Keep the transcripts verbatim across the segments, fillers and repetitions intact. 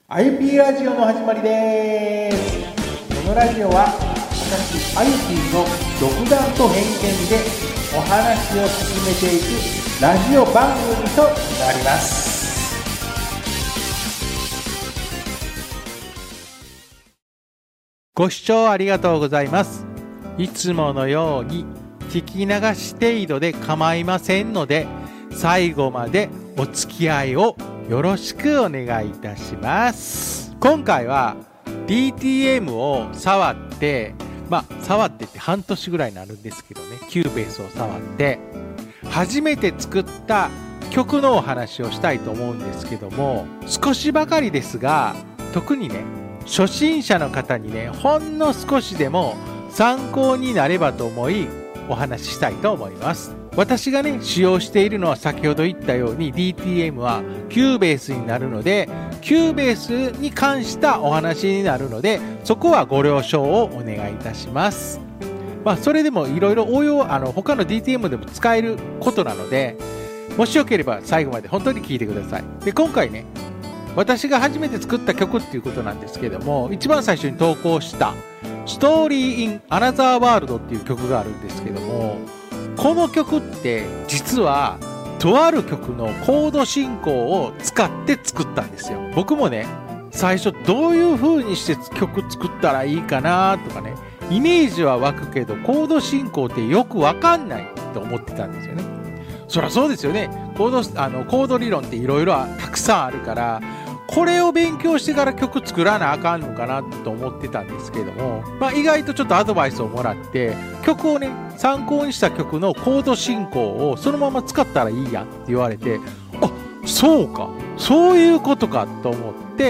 あゆぴーラジオの始まりです。このラジオは私あゆぴーの独断と偏見でお話を進めていくラジオ番組となります。ご視聴ありがとうございます。いつものように聞き流し程度で構いませんので、最後までお付き合いをよろしくお願いいたします。今回は ディーティーエム を触って、まあ触ってって半年ぐらいになるんですけどね、キューベースを触って初めて作った曲のお話をしたいと思うんですけども、少しばかりですが、特にね初心者の方にねほんの少しでも参考になればと思いお話ししたいと思います。私がね使用しているのは先ほど言ったように ディーティーエム はキューベースになるので、キューベースに関したお話になるので、そこはご了承をお願いいたします。まあそれでもいろいろ応用、あの他の ディーティーエム でも使えることなので、もしよければ最後まで本当に聞いてください。で今回ね私が初めて作った曲っていうことなんですけども、一番最初に投稿したストーリーインアナザーワールドっていう曲があるんですけども、この曲って実はとある曲のコード進行を使って作ったんですよ。僕もね最初どういう風にして曲作ったらいいかなとかね、イメージは湧くけどコード進行ってよくわかんないと思ってたんですよね。そりゃそうですよね。コードあのコード理論っていろいろたくさんあるから、これを勉強してから曲作らなあかんのかなと思ってたんですけども、まあ、意外とちょっとアドバイスをもらって曲をね参考にした曲のコード進行をそのまま使ったらいいやんって言われて、あ、そうかそういうことかと思って、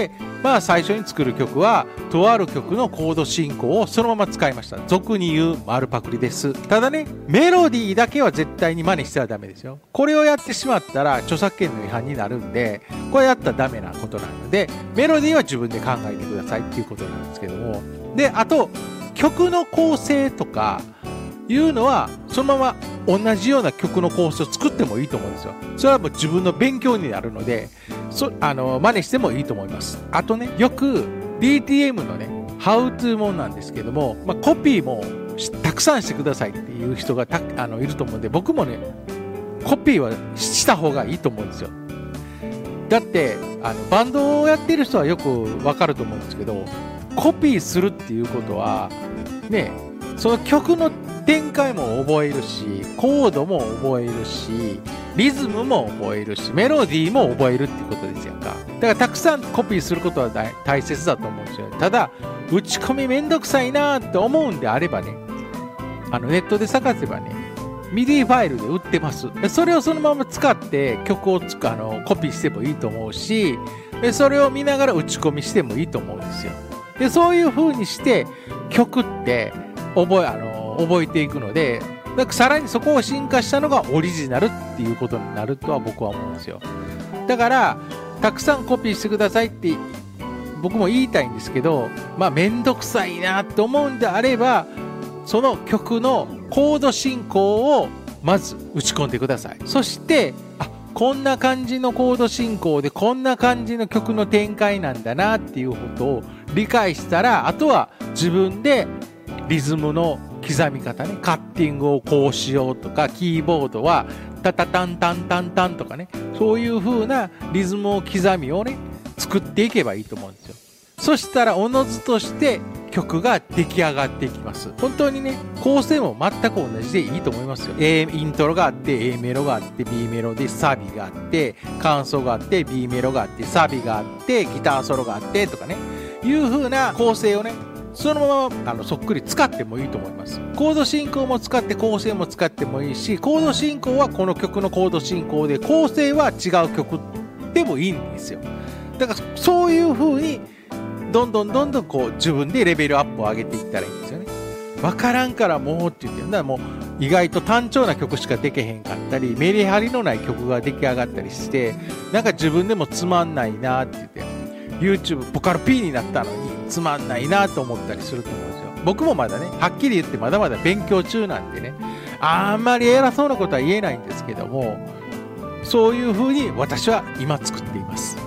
まあ最初に作る曲はとある曲のコード進行をそのまま使いました。俗に言う丸パクリです。ただねメロディーだけは絶対に真似してはダメですよ。これをやってしまったら著作権の違反になるんで、これやったらダメなことなので、メロディーは自分で考えてくださいっていうことなんですけども、であと曲の構成とかいうのはそのまま同じような曲の構成を作ってもいいと思うんですよ。それはもう自分の勉強になるので、そあの真似してもいいと思います。あとね、よく ディーティーエム のねハウトゥーもんなんですけども、まあ、コピーもたくさんしてくださいっていう人がたあのいると思うんで、僕もねコピーはした方がいいと思うんですよ。だってあのバンドをやってる人はよくわかると思うんですけど、コピーするっていうことはね、その曲の展開も覚えるし、コードも覚えるし、リズムも覚えるし、メロディーも覚えるっていうことですよか。だからたくさんコピーすることは大切だと思うんですよ。ただ打ち込みめんどくさいなって思うんであればね、あのネットで探せばねミディ ファイルで売ってます。それをそのまま使って曲をつくあのコピーしてもいいと思うし、それを見ながら打ち込みしてもいいと思うんですよ。でそういう風にして曲って覚えあの覚えていくので、だからさらにそこを進化したのがオリジナルっていうことになるとは僕は思うんですよ。だからたくさんコピーしてくださいって僕も言いたいんですけど、まあめんどくさいなって思うんであれば、その曲のコード進行をまず打ち込んでください。そしてあこんな感じのコード進行でこんな感じの曲の展開なんだなっていうことを理解したら、あとは自分でリズムの刻み方ね、カッティングをこうしようとか、キーボードはタタタンタンタンタンとかね、そういう風なリズムを刻みをね作っていけばいいと思うんですよ。そしたらおのずとして曲が出来上がっていきます。本当にね構成も全く同じでいいと思いますよ。A イントロがあって A メロがあって B メロでサビがあって間奏があって B メロがあってサビがあってギターソロがあってとかね、いう風な構成をねそのままあのそっくり使ってもいいと思います。コード進行も使って構成も使ってもいいし、コード進行はこの曲のコード進行で構成は違う曲でもいいんですよ。だからそういう風にどんどんどんどんこう自分でレベルアップを上げていったらいいんですよね。わからんからもうって言ってるんだから、もう意外と単調な曲しかできへんかったり、メリハリのない曲が出来上がったりして、なんか自分でもつまんないなって言って YouTube ボカロ P になったのにつまんないなと思ったりすると思うんですよ。僕もまだねはっきり言ってまだまだ勉強中なんでね、あんまり偉そうなことは言えないんですけども、そういう風に私は今作っています。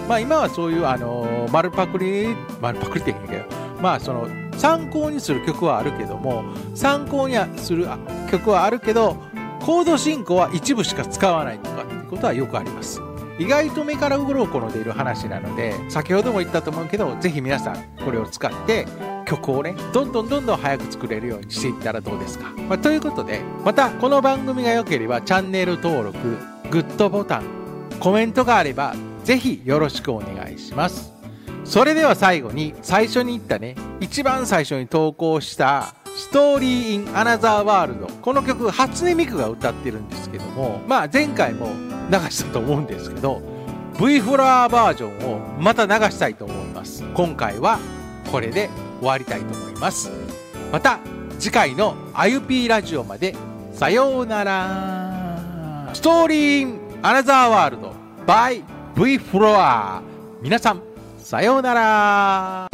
まあ今はそういうあの丸パクリ丸パクリって言うんやけど、まあその参考にする曲はあるけども、参考にする曲はあるけどコード進行は一部しか使わないとかっていうことはよくあります。意外と目から鱗の出る話なので、先ほども言ったと思うけど、ぜひ皆さんこれを使って曲をね、どんどんどんどん早く作れるようにしていったらどうですか。まあ、ということで、またこの番組が良ければチャンネル登録、グッドボタン、コメントがあればぜひよろしくお願いします。それでは最後に、最初に言ったね、一番最初に投稿したストーリー・イン・アナザー・ワールド、この曲初音ミクが歌ってるんですけども、まあ前回も流したと思うんですけど、 V フラワーバージョンをまた流したいと思います。今回はこれで終わりたいと思います。また次回のあゆぴーラジオまでさようなら。ストーリー・イン・アナザー・ワールド by V フラワー、皆さんさようなら。